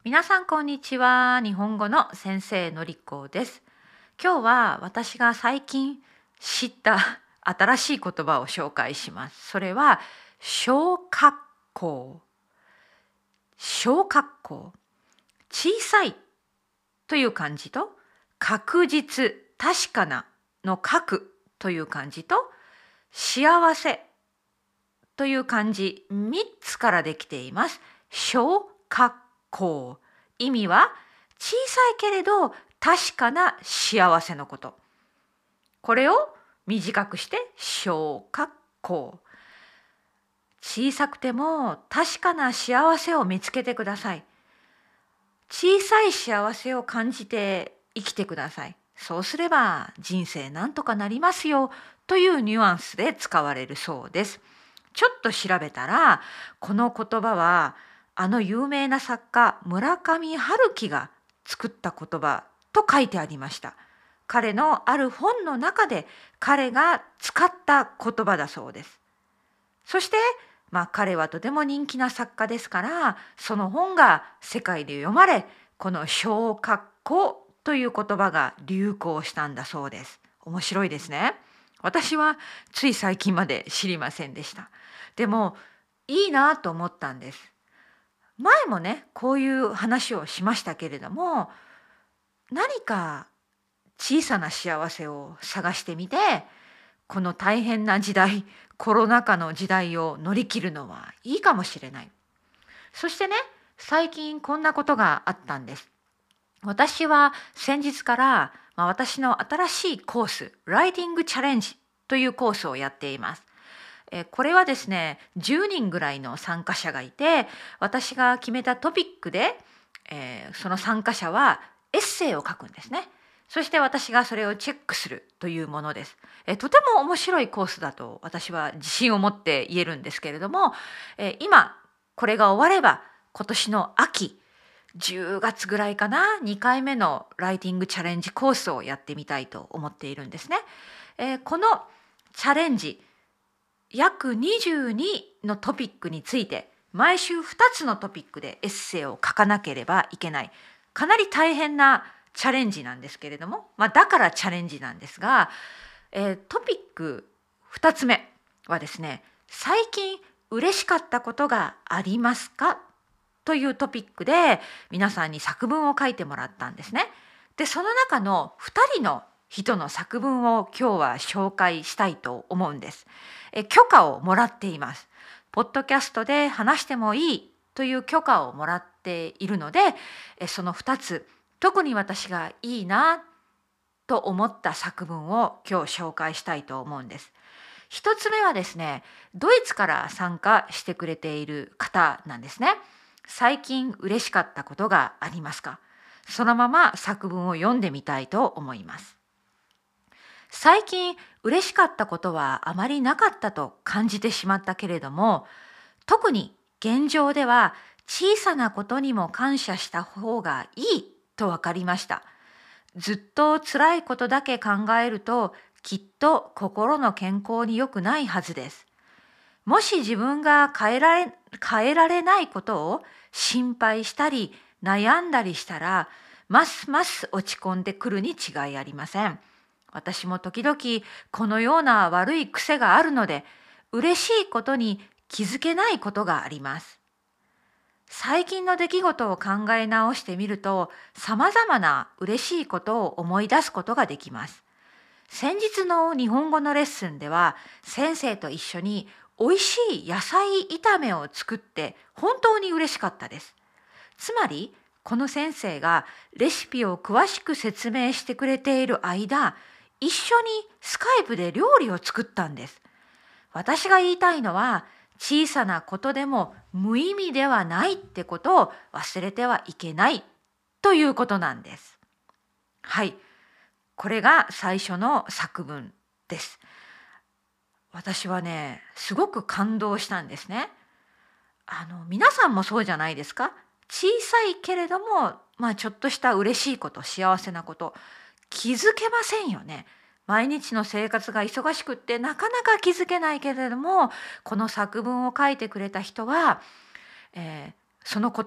皆さんこんにちは。日本語の先生のりこです。今日は私が最近知った新しい言葉を紹介します。それは小格好。小格好。小さいという漢字と確実、確かなの確という漢字と幸せという漢字3つからできています。小格好。意味は小さいけれど確かな幸せのこと。これを短くして小格好。小さくても確かな幸せを見つけてください。小さい幸せを感じて生きてください。そうすれば人生なんとかなりますよというニュアンスで使われるそうです。ちょっと調べたら、この言葉はあの有名な作家村上春樹が作った言葉と書いてありました。彼のある本の中で彼が使った言葉だそうです。そして、彼はとても人気な作家ですから、その本が世界で読まれ、この小格好という言葉が流行したんだそうです。面白いですね。私はつい最近まで知りませんでした。でもいいなと思ったんです。前もね、こういう話をしましたけれども、何か小さな幸せを探してみて、この大変な時代、コロナ禍の時代を乗り切るのはいいかもしれない。そしてね、最近こんなことがあったんです。私は先日から、私の新しいコース、ライティングチャレンジというコースをやっています。これはですね、10人ぐらいの参加者がいて、私が決めたトピックで、その参加者はエッセイを書くんですね。そして私がそれをチェックするというものです。とても面白いコースだと私は自信を持って言えるんですけれども、今これが終われば今年の秋、10月ぐらいかな、2回目のライティングチャレンジコースをやってみたいと思っているんですね。このチャレンジ、約22のトピックについて毎週2つのトピックでエッセイを書かなければいけない、かなり大変なチャレンジなんですけれども、だからチャレンジなんですが、トピック2つ目はですね、最近嬉しかったことがありますかというトピックで皆さんに作文を書いてもらったんですね。で、その中の2人の人の作文を今日は紹介したいと思うんです。許可をもらっています。ポッドキャストで話してもいいという許可をもらっているので、その2つ、特に私がいいなと思った作文を今日紹介したいと思うんです。一つ目はですね、ドイツから参加してくれている方なんですね。最近嬉しかったことがありますか？そのまま作文を読んでみたいと思います。最近嬉しかったことはあまりなかったと感じてしまったけれども、特に現状では小さなことにも感謝した方がいいと分かりました。ずっと辛いことだけ考えると、きっと心の健康に良くないはずです。もし自分が変えられないことを心配したり悩んだりしたら、ますます落ち込んでくるに違いありません。私も時々このような悪い癖があるので、嬉しいことに気づけないことがあります。最近の出来事を考え直してみると、様々な嬉しいことを思い出すことができます。先日の日本語のレッスンでは、先生と一緒に美味しい野菜炒めを作って本当に嬉しかったです。つまり、この先生がレシピを詳しく説明してくれている間、一緒にスカイプで料理を作ったんです。私が言いたいのは、小さなことでも無意味ではないってことを忘れてはいけないということなんです。はい。これが最初の作文です。私はね、すごく感動したんですね。皆さんもそうじゃないですか？小さいけれども、ちょっとした嬉しいこと、幸せなこと、気づけませんよね。毎日の生活が忙しくってなかなか気づけないけれども、この作文を書いてくれた人は、そのことに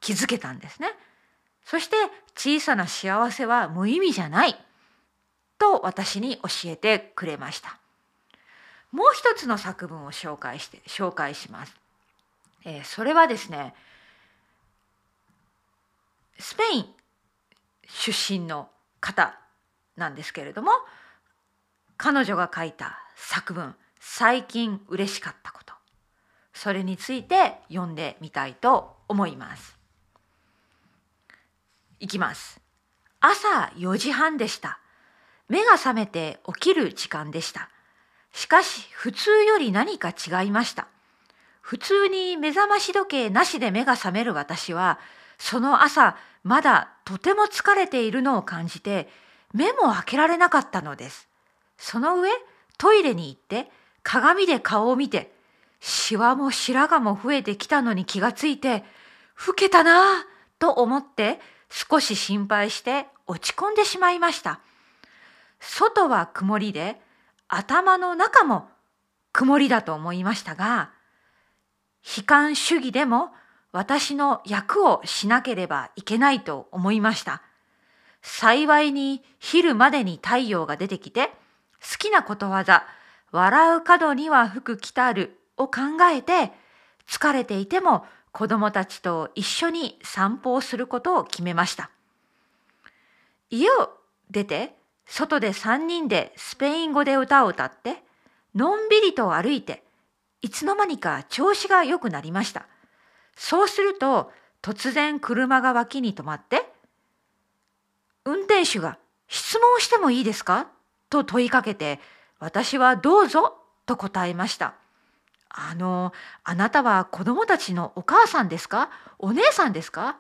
気づけたんですね。そして小さな幸せは無意味じゃないと私に教えてくれました。もう一つの作文を紹介します。それはですね、スペイン出身の方なんですけれども、彼女が書いた作文、最近嬉しかったこと、それについて読んでみたいと思います。いきます。朝4時半でした。目が覚めて起きる時間でした。しかし普通より何か違いました。普通に目覚まし時計なしで目が覚める私は、その朝まだとても疲れているのを感じて、目も開けられなかったのです。その上、トイレに行って鏡で顔を見て、シワも白髪も増えてきたのに気がついて、老けたなぁと思って少し心配して落ち込んでしまいました。外は曇りで、頭の中も曇りだと思いましたが、悲観主義でも私の役をしなければいけないと思いました。幸いに昼までに太陽が出てきて、好きなことわざ、笑う角には福来たるを考えて、疲れていても子供たちと一緒に散歩をすることを決めました。家を出て、外で3人でスペイン語で歌を歌って、のんびりと歩いて、いつの間にか調子が良くなりました。そうすると、突然車が脇に止まって、運転手が質問してもいいですかと問いかけて、私はどうぞと答えました。あなたは子供たちのお母さんですか？お姉さんですか？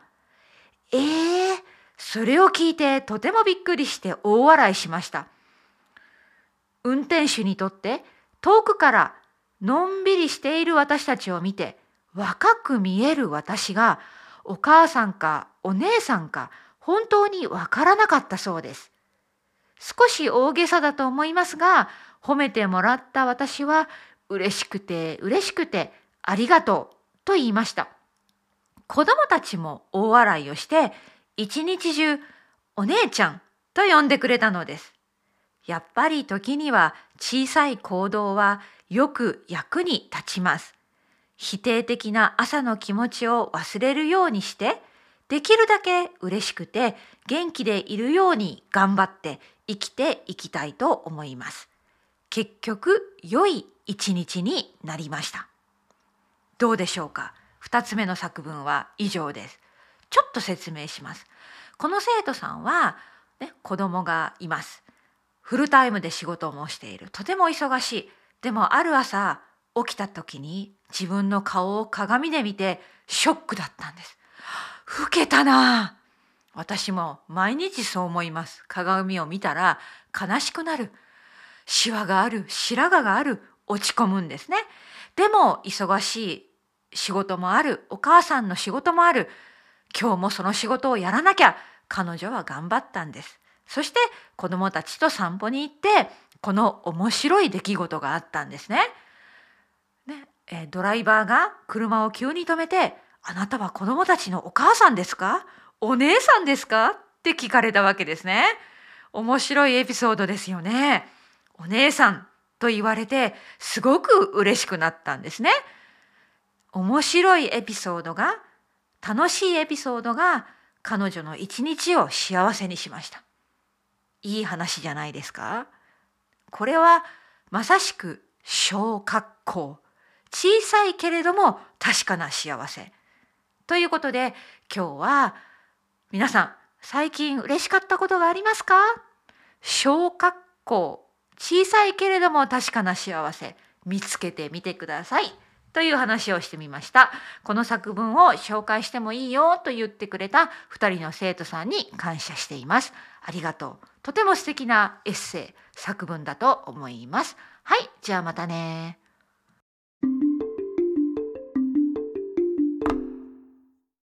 それを聞いてとてもびっくりして大笑いしました。運転手にとって遠くからのんびりしている私たちを見て若く見える私がお母さんかお姉さんか本当にわからなかったそうです。少し大げさだと思いますが、褒めてもらった私は嬉しくてありがとうと言いました。子供たちも大笑いをして一日中お姉ちゃんと呼んでくれたのです。やっぱり時には小さい行動はよく役に立ちます。否定的な朝の気持ちを忘れるようにして、できるだけ嬉しくて元気でいるように頑張って生きていきたいと思います。結局良い一日になりました。どうでしょうか。2つ目の作文は以上です。ちょっと説明します。この生徒さんは、子供がいます。フルタイムで仕事もしている。とても忙しい。でもある朝起きた時に自分の顔を鏡で見てショックだったんです。老けたな。私も毎日そう思います。鏡を見たら悲しくなる。シワがある、白髪がある、落ち込むんですね。でも忙しい仕事もある、お母さんの仕事もある。今日もその仕事をやらなきゃ。彼女は頑張ったんです。そして子供たちと散歩に行って、この面白い出来事があったんですね。ドライバーが車を急に止めて、あなたは子供たちのお母さんですか？お姉さんですか？って聞かれたわけですね。面白いエピソードですよね。お姉さんと言われてすごく嬉しくなったんですね。面白いエピソードが、楽しいエピソードが彼女の一日を幸せにしました。いい話じゃないですか。これはまさしく小格好。小さいけれども確かな幸せ。ということで今日は皆さん最近嬉しかったことがありますか？小格好。小さいけれども確かな幸せ。見つけてみてください。という話をしてみました。この作文を紹介してもいいよと言ってくれた2人の生徒さんに感謝しています。ありがとう。とても素敵なエッセイ、作文だと思います。はい、じゃあまたね。